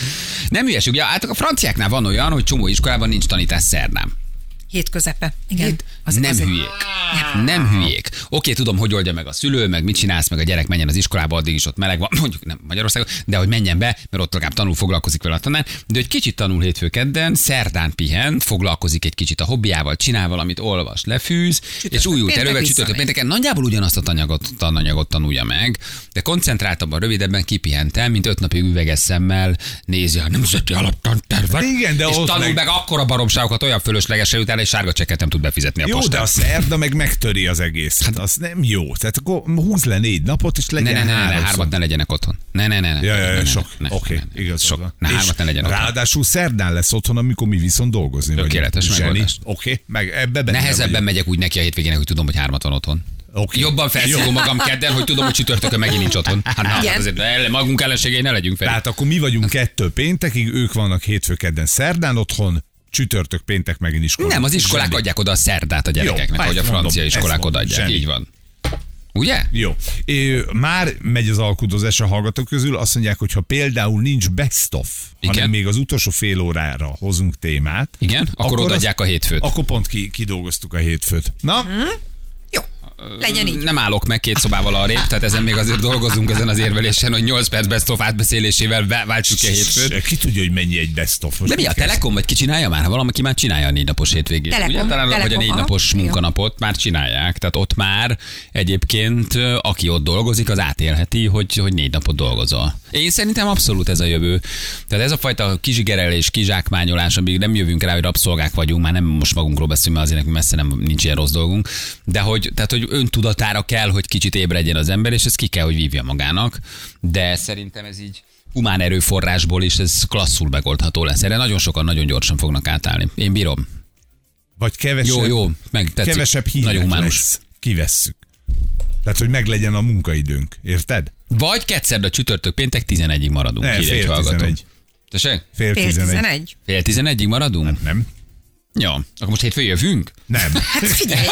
Nem hülyeség, ugye, hát a franciáknál van olyan, hogy csomó iskolában nincs tanítás szerdán. Hét közepe. Igen. Az, nem azért- hülyék. Nem hülyék. Oké, tudom, hogy oldja meg a szülő, meg mit csinálsz, meg a gyerek menjen az iskolába, addig is ott meleg van, mondjuk nem Magyarországon, de hogy menjen be, mert ott legalább tanul, foglalkozik vele a tanár, de hogy kicsit tanul hétfő kedden, szerdán pihen, foglalkozik egy kicsit a hobbiával, csinál valamit, olvas, lefűz, és újult péntek elővel visszamegy. csütörtök pénteken nagyjából ugyanazt a tananyagot, tananyagot tanulja meg, de koncentráltabban, rövidebben kipihentem, mint öt napig üveges szemmel nézi a nemzeti alaptantervet, Igen, de és ott tanul meg, meg- meg akkora baromságokat olyan fölöslegesen utána, és sárga csekket nem tud befizetni a Jó, postán. de a szerda meg megtöri az egész. Hát az nem jó. Tehát akkor húz le négy napot, és Ne, legyen ne, ne, ne, ne, háromszor. hármat ne legyenek otthon. Ne, ne, ne, ne. Ja, ja, ne, ja, ne, sok. ne, ne, Oké, ne, ne, igazad sok. van. Ne, És hármat ne legyen otthon. ráadásul szerdán lesz otthon, amikor mi viszont dolgozni vagyunk. Tökéletes Zseni. megoldás. Oké, meg ebbe benne Nehezebben vagyok. megyek úgy neki a hétvégének, hogy tudom, hogy hármat van otthon. Oké. Jobban felszívom magam kedden, hogy tudom, hogy csütörtökön megint nincs otthon. Hát na, Igen. azért ne- magunk ellenségei ne legyünk fel. Tehát akkor mi vagyunk kettő péntekig, ők vannak hétfő kedden szerdán otthon, csütörtök péntek megint iskola. Nem, az iskolák Zseni. adják oda a szerdát a gyerekeknek, hát ahogy a francia mondom, iskolák ezt mondom, odaadják. zseni. Így van. Ugye? Jó. É, már megy az alkudozás a hallgatók közül, azt mondják, hogy ha például nincs best of, Igen. hanem még az utolsó fél órára hozunk témát. Igen? Akkor az- odaadják a hétfőt. Akkor pont ki, kidolgoztuk a hétfőt. Na? Jó, legyen így. Nem állok meg két szobával arrébb, tehát ezen még azért dolgozunk ezen az érvelésen, hogy nyolc perc best of átbeszélésével vá- váltsuk ki a hétfőt. Ki tudja, hogy mennyi egy best of. Most De mi a mit kezd? Telekom, vagy ki csinálja már? Ha valaki már csinálja a négy napos hétvégét. Telekom, Ugye talán, vagy a Telekom, négy aha. napos Igen. munkanapot már csinálják. Tehát ott már egyébként, aki ott dolgozik, az átélheti, hogy, hogy négy napot dolgozol. Én szerintem abszolút ez a jövő. Tehát ez a fajta kizsigerelés, kizsákmányolás, amíg nem jövünk rá, hogy rabszolgák vagyunk, már nem most magunkról beszélünk, mert azért nekünk messze nem nincs ilyen rossz dolgunk, de hogy, tehát, hogy öntudatára kell, hogy kicsit ébredjen az ember, és ez ki kell, hogy vívja magának. De szerintem ez így humán erőforrásból is ez klasszul megoldható lesz. Erre nagyon sokan nagyon gyorsan fognak átállni. Én bírom. Vagy kevesebb, Jó, jó, meg tetszik. kevesebb hírek Nagyon humánus. lesz. Kivesszük. Tehát, hogy meglegyen a munkaidőnk. Érted? Vagy kettszerd a csütörtök péntek tizenegyig maradunk. Ne, írja egy fél hallgató. tizenegy. Tessék? Fél Fél tizenegy. tizenegy. Fél tizenegyig maradunk? Nem? Jó. Akkor most hétfőn jövünk? Nem. Hát figyelj,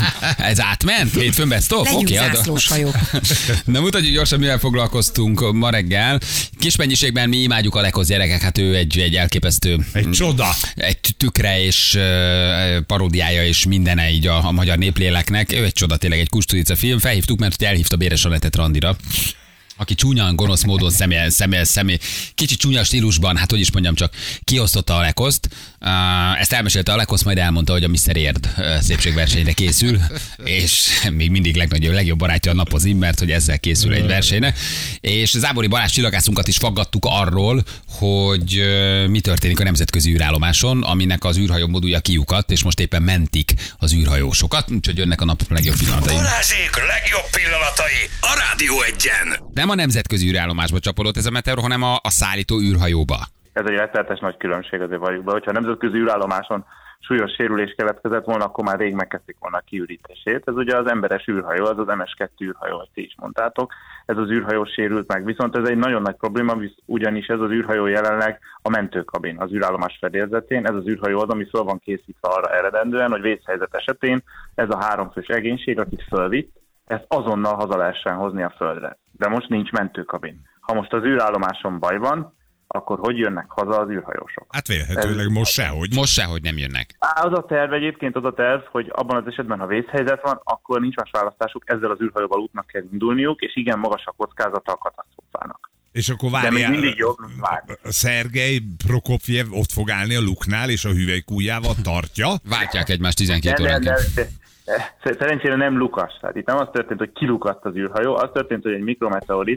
Ez átment? Hétfőn best of? legyünk Oké, ad- zászlós hajók. Na mutatjuk gyorsan, mivel foglalkoztunk ma reggel. Kis mennyiségben mi imádjuk a Lekoz gyerekek, hát ő egy, egy elképesztő... Egy csoda. Egy tükre és uh, paródiája és mindene így a, a magyar népléleknek. Ő egy csoda, tényleg egy kustudica film. Felhívtuk, mert ugye elhívta Béres Anettet randira, aki csúnyan, gonosz módon személy, személy, személy, kicsit csúnya stílusban, hát hogy is mondjam csak, kiosztotta a Lekoszt. Uh, ezt elmesélte a Lekosz, majd elmondta, hogy a miszter Érd uh, szépségversenyre készül, és még mindig legnagyobb, legjobb barátja a Napozim, mert hogy ezzel készül egy versenyre. És Zábori Balázs csillagászunkat is faggattuk arról, hogy uh, mi történik a nemzetközi űrállomáson, aminek az űrhajó modulja kiukadt, és most éppen mentik az űrhajósokat, úgyhogy jönnek a nap legjobb pillanatai. Balázsék legjobb pillanatai a Rádió Egyen. Nem a nemzetközi űrállomásba csapolott ez a meteor, hanem a, a szállító űrhajóba. Ez egy rettenetes nagy különbség azért valljuk be. Hogyha a nemzetközi űrállomáson súlyos sérülés keletkezett volna, akkor már rég megkezdték volna a kiürítését. Ez ugye az emberes űrhajó, az az em es kettő űrhajó, ahogy ti is mondtátok. Ez az űrhajó sérült meg. Viszont ez egy nagyon nagy probléma, ugyanis ez az űrhajó jelenleg a mentőkabin, az űrállomás fedélzetén. Ez az űrhajó az, ami fel van készítve arra eredendően, hogy vészhelyzet esetén ez a háromfős egénység, akit fölvitt, ezt azonnal haza lehessen hozni a földre. De most nincs mentőkabin. Ha most az űrállomáson baj van, akkor hogy jönnek haza az űrhajósok? Hát vélhetőleg most sehogy. Most sehogy nem jönnek. Á, az a terv egyébként, az a terv, hogy abban az esetben, ha vészhelyzet van, akkor nincs más választásuk, ezzel az űrhajóval útnak kell indulniuk, és igen magas a kockázata a katasztrófának. És akkor De még várjál, mindig jobb várni. Szergej Prokopjev ott fog állni a luknál, és a hüvelykújjával tartja. Váltják egymást tizenkét De, de, óránként. de, de, de, szerencsére nem lukas. Tehát itt nem az történt, hogy kilukadt az űrhajó, az történt, hogy egy mikrometeorit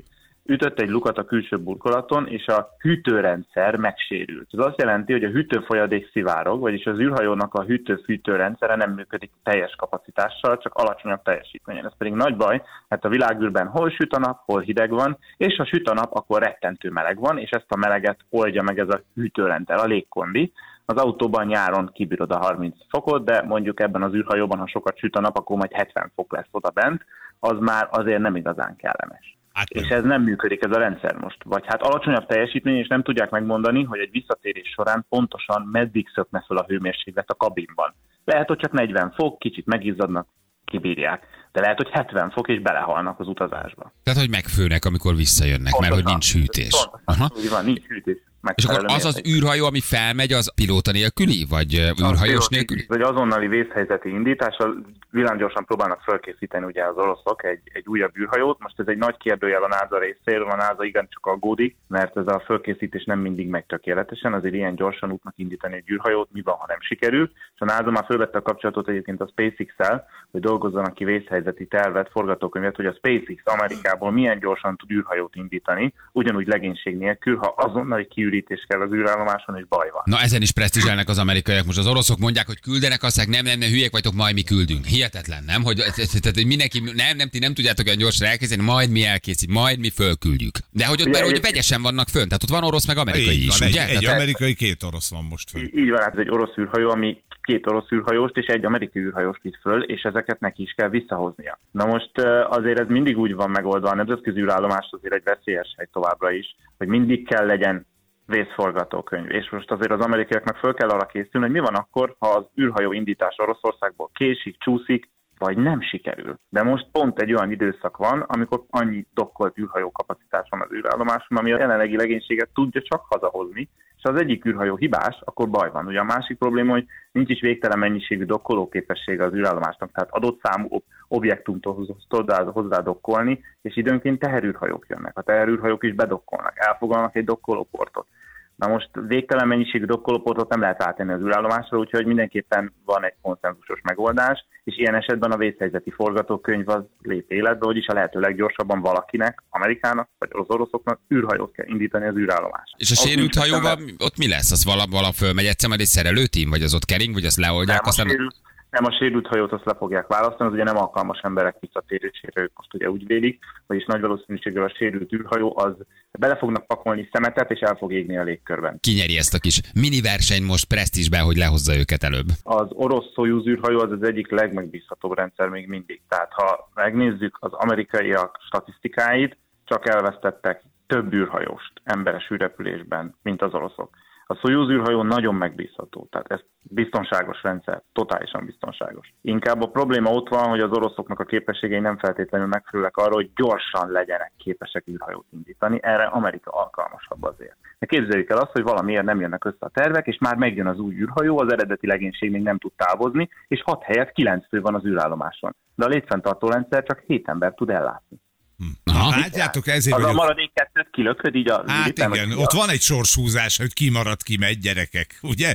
ütött egy lukat a külső burkolaton, és a hűtőrendszer megsérült. Ez azt jelenti, hogy a hűtőfolyadék szivárog, vagyis az űrhajónak a hűtő-fűtőrendszere nem működik teljes kapacitással, csak alacsonyabb teljesítményen. Ez pedig nagy baj, mert a világűrben hol süt a nap, hol hideg van, és ha süt a nap, akkor rettentő meleg van, és ezt a meleget oldja meg ez a hűtőrendszer, a légkondi. Az autóban nyáron kibírod a harminc fokot, de mondjuk ebben az űrhajóban, ha sokat süt a nap, akkor majd hetven fok lesz oda bent, az már azért nem igazán kellemes. Hát és ez nem működik, ez a rendszer most. Vagy hát alacsonyabb teljesítmény, és nem tudják megmondani, hogy egy visszatérés során pontosan meddig szökne fel a hőmérséklet a kabinban. Lehet, hogy csak negyven fok, kicsit megizzadnak, kibírják. De lehet, hogy hetven fok, és belehalnak az utazásba. Tehát, hogy megfőnek, amikor visszajönnek, pontosan, mert hogy nincs hűtés. Pontosan, úgy van, nincs hűtés. És akkor az az űrhajó, ami felmegy, az pilóta nélküli, vagy űrhajós nélküli? Vagy azonnali vészhelyzeti indítással villámgyorsan próbálnak felkészíteni ugye az oroszok egy, egy újabb űrhajót. Most ez egy nagy kérdőjel a NASA részéről, a NASA igencsak aggódik, mert ez a felkészítés nem mindig megy tökéletesen, azért ilyen gyorsan útnak indítani egy űrhajót, mi van, ha nem sikerül. És a NASA már fölvette a kapcsolatot egyébként a SpaceX-el, hogy dolgozzanak ki vészhelyzeti tervet, forgatókönyvet, hogy a SpaceX Amerikából milyen gyorsan tud űrhajót indítani, ugyanúgy legénység nélkül, ha azonnali kiürítés kell az űrállomáson, és baj van. Na ezen is presztízselnek az amerikaiak. Most az oroszok mondják, hogy küldenek, azt mondják, nem, nem, nem, hülyék vagytok, majd mi küldünk. Hihetetlen, nem? Hogy, tehát, hogy mindenki, nem, nem, ti nem tudjátok olyan gyorsan elkészíteni, majd mi elkészít, majd mi fölküldjük. De hogy ott ugye, mert, hogy vegyesen vannak fönn, tehát ott van orosz meg amerikai is, van, ugye? Egy, egy amerikai, két orosz van most föl. Így van, hát ez egy orosz űrhajó, ami két orosz űrhajóst és egy amerikai űrhajóst vitt föl, és ezeket neki is kell visszahoznia. Na most azért ez mindig úgy van megoldva, a nemzetközi űrállomás azért egy veszélyes hely továbbra is, hogy mindig kell legyen vészforgatókönyv. És most azért az amerikaiaknak föl kell arra készülni, hogy mi van akkor, ha az űrhajó indítás Oroszországból késik, csúszik, vagy nem sikerül. De most pont egy olyan időszak van, amikor annyi dokkolt űrhajó kapacitás van az űrállomáson, ami a jelenlegi legénységet tudja csak hazahozni, és az egyik űrhajó hibás, akkor baj van. Ugye a másik probléma, hogy nincs is végtelen mennyiségű dokkoló képessége az űrállomásnak, tehát adott számú objektumtól tud hozzá dokkolni, és időnként teherűrhajók jönnek. A teherűrhajók is bedokkolnak, elfoglalnak egy dokkolóportot. Na most végtelen mennyiségű dokkolóportot nem lehet áttenni az űrállomásra, úgyhogy mindenképpen van egy konszenzusos megoldás, és ilyen esetben a vészhelyzeti forgatókönyv az lép életbe, vagyis a lehető leggyorsabban valakinek, Amerikának vagy az oroszoknak űrhajót kell indítani az űrállomásra. És a sérült hajóval ott mi lesz? Az vala, vala fölmegy egyszer majd egy szerelőtím, vagy az ott kering, vagy azt leoldják? Nem, aztán... a sérült, nem, a sérült hajót azt le fogják választani, az ugye nem alkalmas emberek visszatérésére, ők most ugye úgy vélik, vagyis nagy valószínűséggel a sérült űrhajó az bele fognak pakolni szemetet, és el fog égni a légkörben. Ki nyeri ezt a kis mini verseny most presztízsben, hogy lehozza őket előbb? Az orosz Szojuz űrhajó az az egyik legmegbízhatóbb rendszer még mindig. Tehát ha megnézzük az amerikaiak statisztikáit, csak elvesztettek több űrhajóst emberes űrrepülésben, mint az oroszok. A Szojuz űrhajó nagyon megbízható, tehát ez biztonságos rendszer, totálisan biztonságos. Inkább a probléma ott van, hogy az oroszoknak a képességei nem feltétlenül megfelelőek arra, hogy gyorsan legyenek képesek űrhajót indítani, erre Amerika alkalmasabb azért. De képzeljük el azt, hogy valamiért nem jönnek össze a tervek, és már megjön az új űrhajó, az eredeti legénység még nem tud távozni, és hat helyett kilenc fő van az űrállomáson. De a létfenntartó rendszer csak hét ember tud ellátni. Aha. Látjátok, ezért az vagyok... a maradék kettőt kilököd így a... Hát igen, igen, ott van egy sorshúzás, hogy ki marad, ki megy, gyerekek, ugye?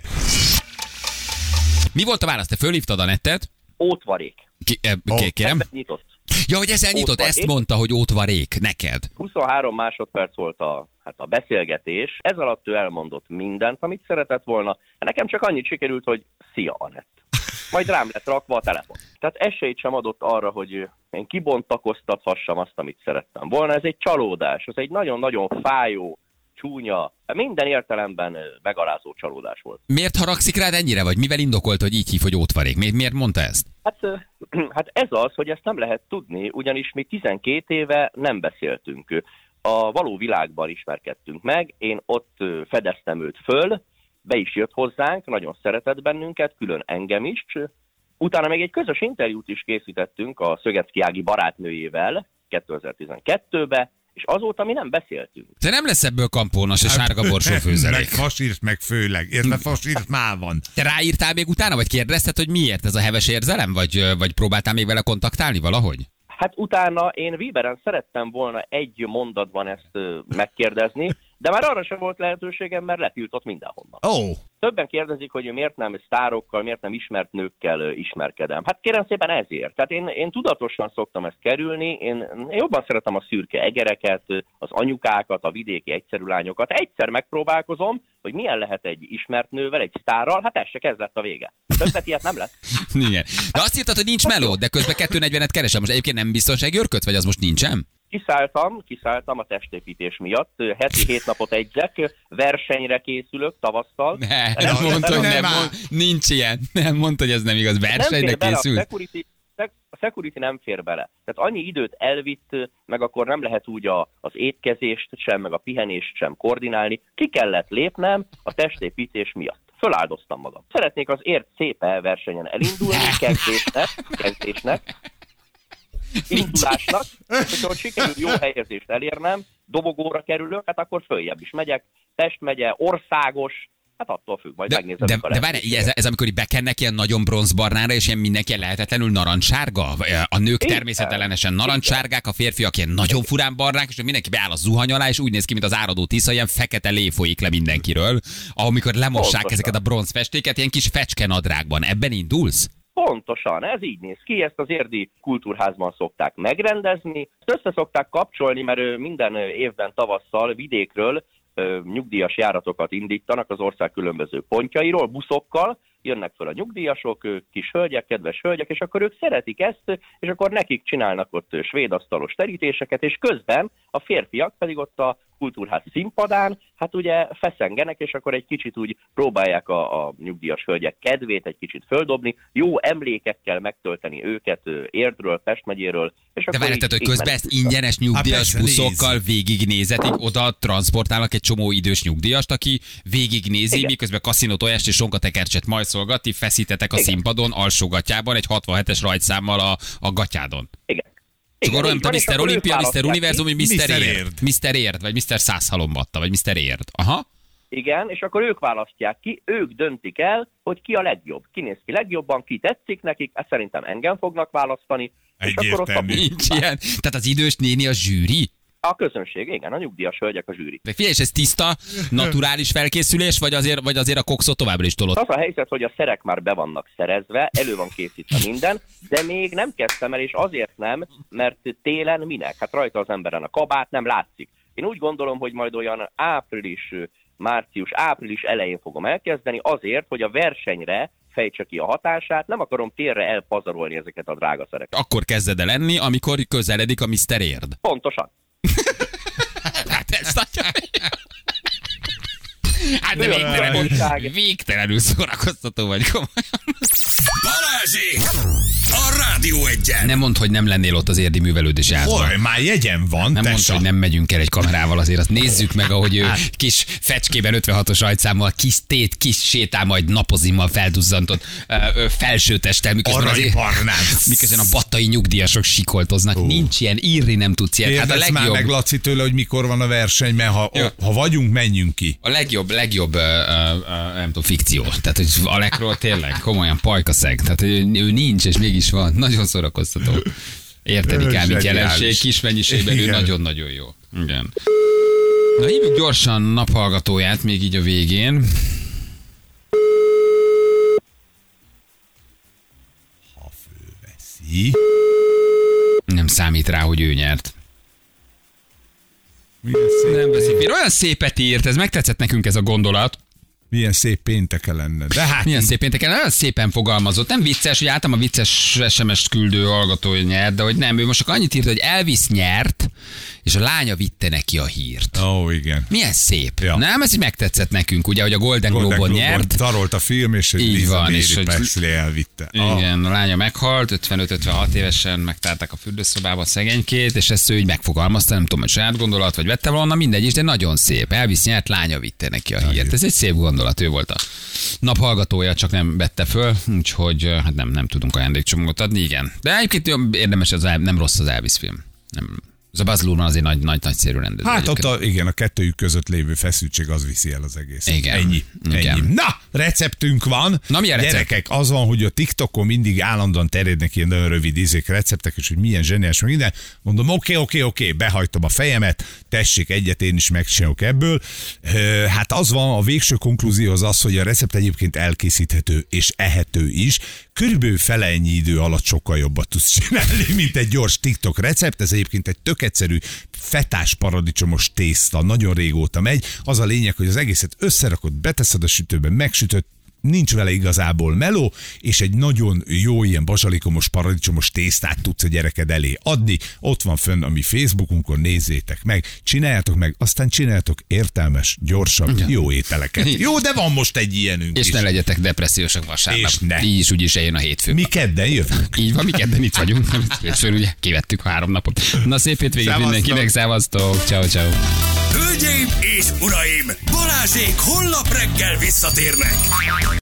Mi volt a válasz? Te fölhívtad a nettet? Ótvarék. Ki, e, oh. Kérem? Nyitott. Ja, hogy ezzel nyitott, ezt mondta, hogy ótvarék neked. huszonhárom másodperc volt a, hát a beszélgetés. Ez alatt ő elmondott mindent, amit szeretett volna. Nekem csak annyit sikerült, hogy szia, Anett. Majd rám lett rakva a telefon. Tehát esélyt sem adott arra, hogy én kibontakoztathassam azt, amit szerettem volna. Ez egy csalódás, ez egy nagyon-nagyon fájó, csúnya, minden értelemben megalázó csalódás volt. Miért haragszik rád ennyire, vagy mivel indokolt, hogy így hív, hogy ótvarék? Mi, miért mondta ezt? Hát, hát ez az, hogy ezt nem lehet tudni, ugyanis mi tizenkét éve nem beszéltünk. A való világban ismerkedtünk meg, én ott fedeztem őt föl, be is jött hozzánk, nagyon szeretett bennünket, külön engem is. Utána még egy közös interjút is készítettünk a Szögetszky Ági barátnőjével kétezer-tizenkettőben, és azóta mi nem beszéltünk. Te nem lesz ebből kampónas és sárga borsó főzelék. Meg fasírt, meg főleg. Érted, fasírt már van. Te ráírtál még utána, vagy kérdezted, hogy miért ez a heves érzelem, vagy, vagy próbáltál még vele kontaktálni valahogy? Hát utána én Weberen szerettem volna egy mondatban ezt megkérdezni, De már arra sem volt lehetőségem, mert letiltott mindenhonnan. Ó. Oh. Többen kérdezik, hogy miért nem sztárokkal, miért nem ismert nőkkel ismerkedem. Hát kérem szépen ezért. Tehát én, én tudatosan szoktam ezt kerülni, én, én jobban szeretem a szürke egereket, az anyukákat, a vidéki egyszerű lányokat. Egyszer megpróbálkozom, hogy milyen lehet egy ismert nővel, egy sztárral, hát ez se kezdett a vége. Többet ilyet nem lesz. Igen. De azt írtad, hogy nincs meló, de közben kettő negyvenet keresem. Most egyébként nem biztonsági őrköt, vagy az most nincsen? Kiszálltam, kiszálltam a testépítés miatt. Heti hét napot egyzek, versenyre készülök tavasszal. Ne, nem mondta, hogy nem, mond, nincs ilyen. Nem mondta, hogy ez nem igaz. Versenyre készül. A security, a security nem fér bele. Tehát annyi időt elvitt, meg akkor nem lehet úgy a, az étkezést sem, meg a pihenést sem koordinálni. Ki kellett lépnem a testépítés miatt. Föláldoztam magam. Szeretnék az ért szép versenyen elindulni, kezdésnek, kezdésnek. Indulásnak, hogyha sikerül jó helyezést elérnem, dobogóra kerülök, hát akkor följebb is megyek, Pest megye, országos, hát attól függ, majd de, megnézem. De, de várj, ez, ez amikor bekennek ilyen nagyon bronzbarnára, és ilyen mindenki lehetetlenül narancssárga? A nők Igen. természetellenesen narancssárgák, a férfiak ilyen nagyon furán barnák, és mindenki beáll a zuhany alá, és úgy néz ki, mint az áradó Tisza, ilyen fekete lé folyik le mindenkiről, amikor lemossák Pontosan. ezeket a bronzfestéket, ilyen kis fecskenadrágban. Ebben indulsz? Pontosan, ez így néz ki, ezt az érdi kultúrházban szokták megrendezni, össze szokták kapcsolni, mert minden évben tavasszal vidékről nyugdíjas járatokat indítanak az ország különböző pontjairól, buszokkal, jönnek fel a nyugdíjasok, kis hölgyek, kedves hölgyek, és akkor ők szeretik ezt, és akkor nekik csinálnak ott svédasztalos terítéseket, és közben a férfiak pedig ott a kultúrház színpadán, hát ugye feszengenek, és akkor egy kicsit úgy próbálják a, a nyugdíjas hölgyek kedvét egy kicsit földobni, jó emlékekkel megtölteni őket Érdről, Pest megyéről. És de várjátok, hogy közben ezt ingyenes nyugdíjas hát buszokkal végignézetik, oda transportálnak egy csomó idős nyugdíjast, aki végignézi, igen. miközben kaszinó tojást és sonkatekercset majszolgat, ti feszítetek a igen. színpadon, alsógatjában, egy hatvanhetes rajtszámmal a, a gatyádon. Igen. És akkor olyan, mint a miszter Olimpia, miszter Univerzum, vagy miszter Érd. miszter Érd, vagy miszter Százhalombatta, vagy miszter Érd. Aha. Igen, és akkor ők választják ki, ők döntik el, hogy ki a legjobb. Ki néz ki legjobban, ki tetszik nekik, ezt szerintem engem fognak választani. Egyértelmű. Nincs ilyen. Tehát az idős néni a zsűri? A közönség, igen, a nyugdíjas hölgyek a zsűri. De figyelj, és ez tiszta, naturális felkészülés, vagy azért, vagy azért a kokszot továbbra is tolod? Az a helyzet, hogy a szerek már be vannak szerezve, elő van készítve minden, de még nem kezdtem el, és azért nem, mert télen minek? Hát rajta az emberen a kabát nem látszik. Én úgy gondolom, hogy majd olyan április, március, április elején fogom elkezdeni, azért, hogy a versenyre fejtse ki a hatását, nem akarom térre elpazarolni ezeket a drága szereket. Akkor kezded el lenni, amikor közeledik a miszter Érd. Pontosan. Hát ezt adja. Hát de végtelenül, végtelenül szórakoztató vagy komolyan. Balázsék! A Rádió Egyen! Nem mondd, hogy nem lennél ott az érdi művelődés házban. Hol, már jegyen van, nem mondd, hogy nem megyünk el egy kamerával, azért azt nézzük meg, ahogy ő kis fecskében ötvenhatos rajtszámmal, kis tét, kis sétál, majd napozimmal felduzzantott felsőtesttel, miközben, azért, miközben a battai nyugdíjasok sikoltoznak. Uh. Nincs ilyen, írni nem tudsz ilyen. Hát a legjobb... már meg Laci tőle, hogy mikor van a verseny, mert ha, ha vagyunk, menjünk ki. A legjobb, legjobb, uh, uh, nem tudom, fikció. Tehát, hogy Alekról tényleg komolyan pajkaszeg. Tehát, hogy ő nincs, és mégis van. Nagyon szórakoztató. Érteni kell, mint jelenség, kis mennyiségben ő nagyon-nagyon jó. Igen. Na, hívjuk gyorsan naphallgatóját még így a végén. Ha fölveszi. Nem számít rá, hogy ő nyert. Nem veszi. Olyan szépet írt, ez megtetszett nekünk ez a gondolat. Milyen szép pénteke lenne. De hát milyen szép pénteke lenne, nagyon szépen fogalmazott. Nem vicces, hogy általában a vicces es em es-t küldő hallgatója nyert, de hogy nem, ő most csak annyit írt, hogy Elvis nyert, és a lánya vitte neki a hírt. Ó, oh, igen. Milyen szép. Ja. Nem, ez így megtetszett nekünk, ugye, hogy a Golden, Golden Globe-on nyert. Tarolt a film, és hogy így van, és hogy Presley elvitte. Igen, oh. A lánya meghalt, ötvenöt-ötvenhat évesen megtárták a fürdőszobába szegénykét, és ezt ő így megfogalmazta, nem tudom, hogy saját gondolat, vagy vette volna, mindegy is, de nagyon szép. Elvis nyert, lánya vitte neki a hírt. Ez egy szép gondolat, ő volt a naphallgatója, csak nem vette föl, úgyhogy hát nem, nem tudunk ajándékcsomagot adni, igen. De egyébként érdemes, az, nem rossz az Elvis film. Nem. Az a Baz Luhrmann azért nagy, nagy, nagyszerű rendező. Hát ott a, igen, a kettőjük között lévő feszültség az viszi el az egész. Igen. Ennyi. Igen. Ennyi. Na! receptünk van. Na, milyen recept? Gyerekek, az van, hogy a TikTokon mindig állandóan terjednek ilyen nagyon rövid izék, receptek, és hogy milyen zseniás meg minden. Mondom, oké, oké, oké, behajtom a fejemet, tessék, egyet én is megcsinálok ebből. Hát az van, a végső konklúzió az az, hogy a recept egyébként elkészíthető és ehető is. Körülbelül fele ennyi idő alatt sokkal jobbat tudsz csinálni, mint egy gyors TikTok recept. Ez egyébként egy tök egyszerű fetás paradicsomos tészta, nagyon régóta megy. Az a lényeg, hogy az egészet összerakod, beteszed a sütőbe, megsütöd, nincs vele igazából meló, és egy nagyon jó ilyen bazsalikomos, paradicsomos tésztát tudsz a gyereked elé adni. Ott van fönn a mi Facebookunkon, nézzétek meg, csináljátok meg, aztán csináljátok értelmes, gyorsabb, ja. jó ételeket. Jó, de van most egy ilyenünk És is. ne legyetek depressziósak vasárnap. És ne. Így is úgyis eljön a hétfő. Mi kedden jövünk. Így van, mi kedden itt vagyunk. Hétfőn ugye kivettük a három napot. Na, szép hétvégét Szevasztok. mindenkinek, szevasztok, ciao, ciao. Hölgyeim és uraim, Balázsék holnap reggel visszatérnek.